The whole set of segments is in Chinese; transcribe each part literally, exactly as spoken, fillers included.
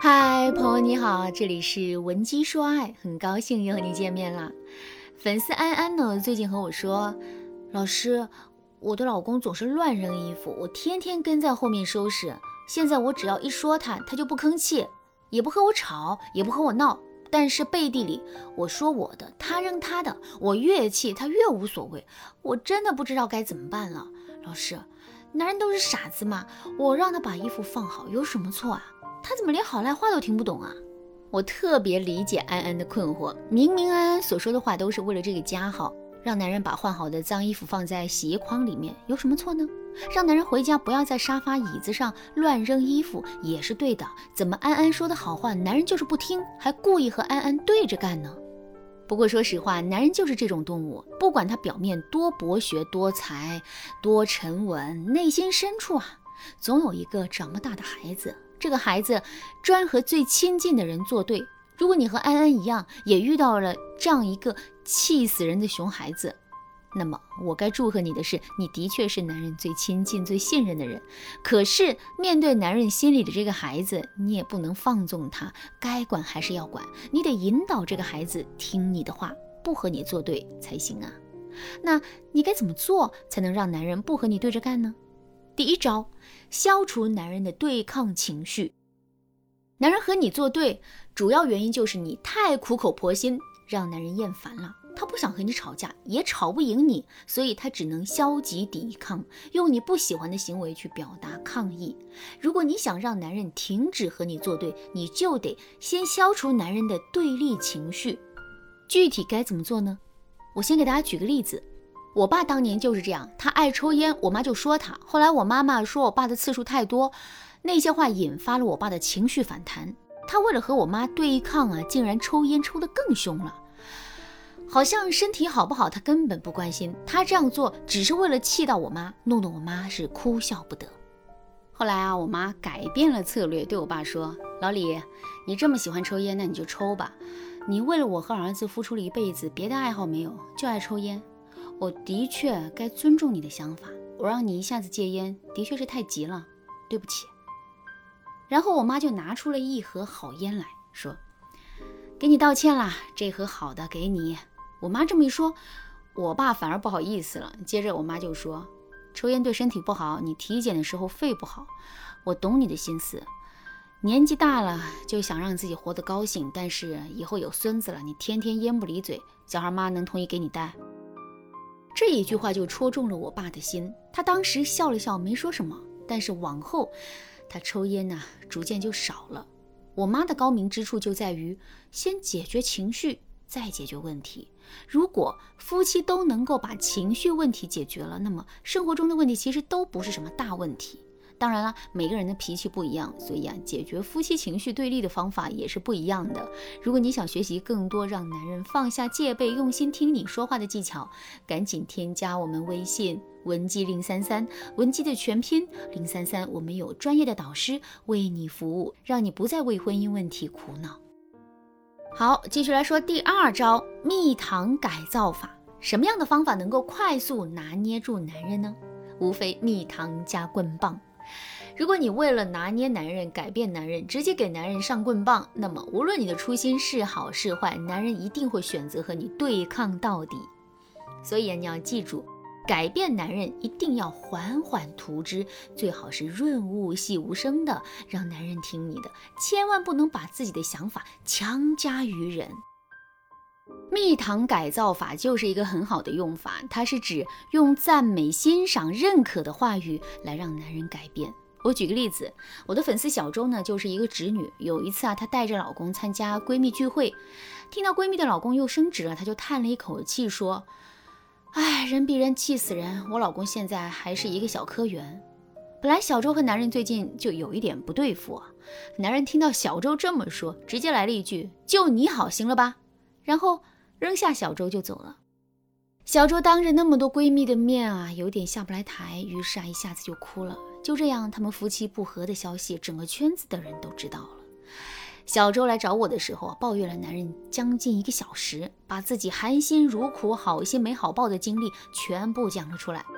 嗨，朋友你好，这里是文姬说爱，很高兴又和你见面啦。粉丝安安呢，最近和我说，老师，我的老公总是乱扔衣服，我天天跟在后面收拾，现在我只要一说他，他就不吭气，也不和我吵，也不和我闹，但是背地里我说我的，他扔他的，我越气他越无所谓，我真的不知道该怎么办了。老师，男人都是傻子嘛，我让他把衣服放好有什么错啊？他怎么连好赖话都听不懂啊？我特别理解安安的困惑，明明安安所说的话都是为了这个家好，让男人把换好的脏衣服放在洗衣筐里面有什么错呢？让男人回家不要在沙发椅子上乱扔衣服也是对的，怎么安安说的好话男人就是不听，还故意和安安对着干呢？不过说实话，男人就是这种动物，不管他表面多博学多才多沉稳，内心深处啊总有一个长不大的孩子，这个孩子专和最亲近的人作对。如果你和安安一样也遇到了这样一个气死人的熊孩子，那么我该祝贺你的是，你的确是男人最亲近最信任的人。可是面对男人心里的这个孩子，你也不能放纵他，该管还是要管，你得引导这个孩子听你的话，不和你作对才行啊。那你该怎么做才能让男人不和你对着干呢？第一招，消除男人的对抗情绪。男人和你作对，主要原因就是你太苦口婆心，让男人厌烦了，他不想和你吵架，也吵不赢你，所以他只能消极抵抗，用你不喜欢的行为去表达抗议。如果你想让男人停止和你作对，你就得先消除男人的对立情绪。具体该怎么做呢？我先给大家举个例子。我爸当年就是这样，他爱抽烟，我妈就说他，后来我妈妈说我爸的次数太多，那些话引发了我爸的情绪反弹，他为了和我妈对抗啊，竟然抽烟抽得更凶了。好像身体好不好他根本不关心，他这样做只是为了气到我妈，弄得我妈是哭笑不得。后来啊，我妈改变了策略，对我爸说，老李，你这么喜欢抽烟，那你就抽吧，你为了我和儿子付出了一辈子，别的爱好没有，就爱抽烟，我的确该尊重你的想法，我让你一下子戒烟的确是太急了，对不起。然后我妈就拿出了一盒好烟来说，给你道歉啦，这盒好的给你。我妈这么一说，我爸反而不好意思了，接着我妈就说，抽烟对身体不好，你体检的时候肺不好，我懂你的心思，年纪大了就想让自己活得高兴，但是以后有孙子了，你天天烟不离嘴，小孩妈能同意给你带？这一句话就戳中了我爸的心，他当时笑了笑没说什么，但是往后他抽烟呢、啊、逐渐就少了。我妈的高明之处就在于先解决情绪再解决问题，如果夫妻都能够把情绪问题解决了，那么生活中的问题其实都不是什么大问题。当然了，每个人的脾气不一样，所以啊，解决夫妻情绪对立的方法也是不一样的。如果你想学习更多让男人放下戒备，用心听你说话的技巧，赶紧添加我们微信文姬零三三，文姬的全拼零三三，我们有专业的导师为你服务，让你不再为婚姻问题苦恼。好，继续来说第二招，蜜糖改造法。什么样的方法能够快速拿捏住男人呢？无非蜜糖加棍棒。如果你为了拿捏男人改变男人，直接给男人上棍棒，那么无论你的初心是好是坏，男人一定会选择和你对抗到底。所以你要记住，改变男人一定要缓缓图之，最好是润物细无声的，让男人听你的，千万不能把自己的想法强加于人。蜜糖改造法就是一个很好的用法，它是指用赞美、欣赏、认可的话语来让男人改变。我举个例子，我的粉丝小周呢，就是一个直女。有一次啊，她带着老公参加闺蜜聚会，听到闺蜜的老公又升职了，她就叹了一口气说，哎，人比人气死人，我老公现在还是一个小科员。本来小周和男人最近就有一点不对付啊，男人听到小周这么说，直接来了一句，就你好行了吧，然后扔下小周就走了。小周当着那么多闺蜜的面啊，有点下不来台，于是啊一下子就哭了。就这样，他们夫妻不和的消息，整个圈子的人都知道了。小周来找我的时候啊，抱怨了男人将近一个小时，把自己含辛茹苦、好心没好报的经历全部讲了出来。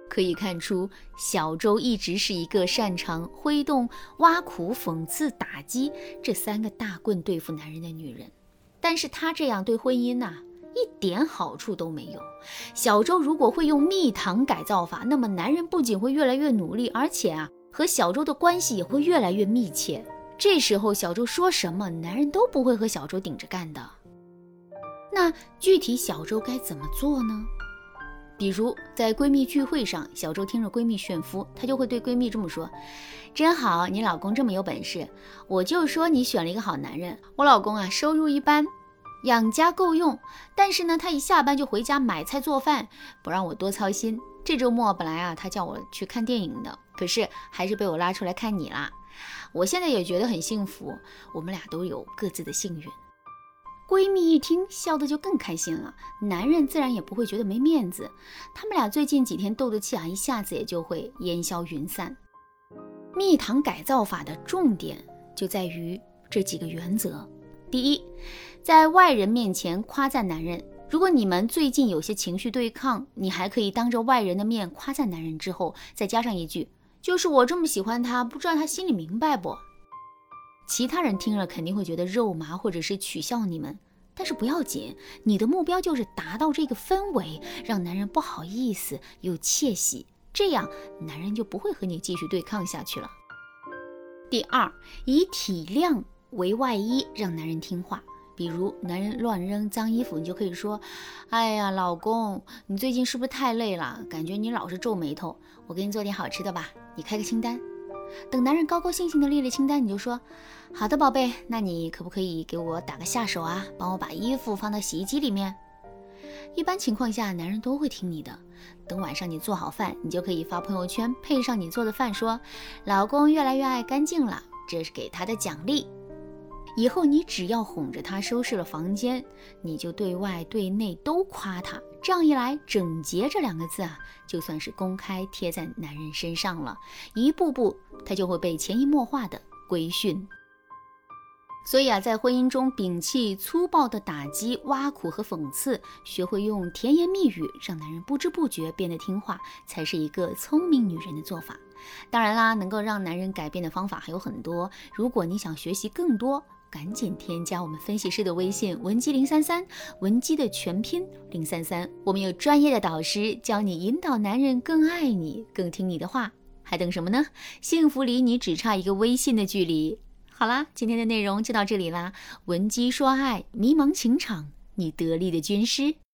可以看出，小周一直是一个擅长挥动挖苦、讽刺、打击这三个大棍对付男人的女人。但是她这样对婚姻呐、啊，一点好处都没有。小周如果会用蜜糖改造法，那么男人不仅会越来越努力，而且啊，和小周的关系也会越来越密切。这时候小周说什么，男人都不会和小周顶着干的。那具体小周该怎么做呢？比如在闺蜜聚会上，小周听着闺蜜炫夫，她就会对闺蜜这么说：真好，你老公这么有本事，我就说你选了一个好男人。我老公啊，收入一般，养家够用，但是呢，他一下班就回家买菜做饭，不让我多操心。这周末本来啊，他叫我去看电影的，可是还是被我拉出来看你啦。我现在也觉得很幸福，我们俩都有各自的幸运。闺蜜一听，笑得就更开心了，男人自然也不会觉得没面子。他们俩最近几天斗的气啊，一下子也就会烟消云散。蜜糖改造法的重点就在于这几个原则。第一，在外人面前夸赞男人。如果你们最近有些情绪对抗，你还可以当着外人的面夸赞男人之后，再加上一句，就是我这么喜欢他，不知道他心里明白不？其他人听了肯定会觉得肉麻或者是取笑你们，但是不要紧，你的目标就是达到这个氛围，让男人不好意思又窃喜，这样男人就不会和你继续对抗下去了。第二，以体谅为外衣，让男人听话。比如男人乱扔脏衣服，你就可以说，哎呀老公，你最近是不是太累了，感觉你老是皱眉头，我给你做点好吃的吧，你开个清单。等男人高高兴兴的列了清单，你就说，好的宝贝，那你可不可以给我打个下手啊，帮我把衣服放到洗衣机里面。一般情况下男人都会听你的。等晚上你做好饭，你就可以发朋友圈配上你做的饭，说老公越来越爱干净了，这是给他的奖励。以后你只要哄着他收拾了房间，你就对外对内都夸他，这样一来，整洁这两个字啊，就算是公开贴在男人身上了，一步步他就会被潜移默化的规训。所以啊，在婚姻中摒弃粗暴的打击、挖苦和讽刺，学会用甜言蜜语让男人不知不觉变得听话，才是一个聪明女人的做法。当然啦，能够让男人改变的方法还有很多，如果你想学习更多，赶紧添加我们分析师的微信文姬零三三，文姬的全拼零三三，我们有专业的导师教你引导男人更爱你，更听你的话，还等什么呢？幸福离你只差一个微信的距离。好啦，今天的内容就到这里啦，文姬说爱，迷茫情场，你得力的军师。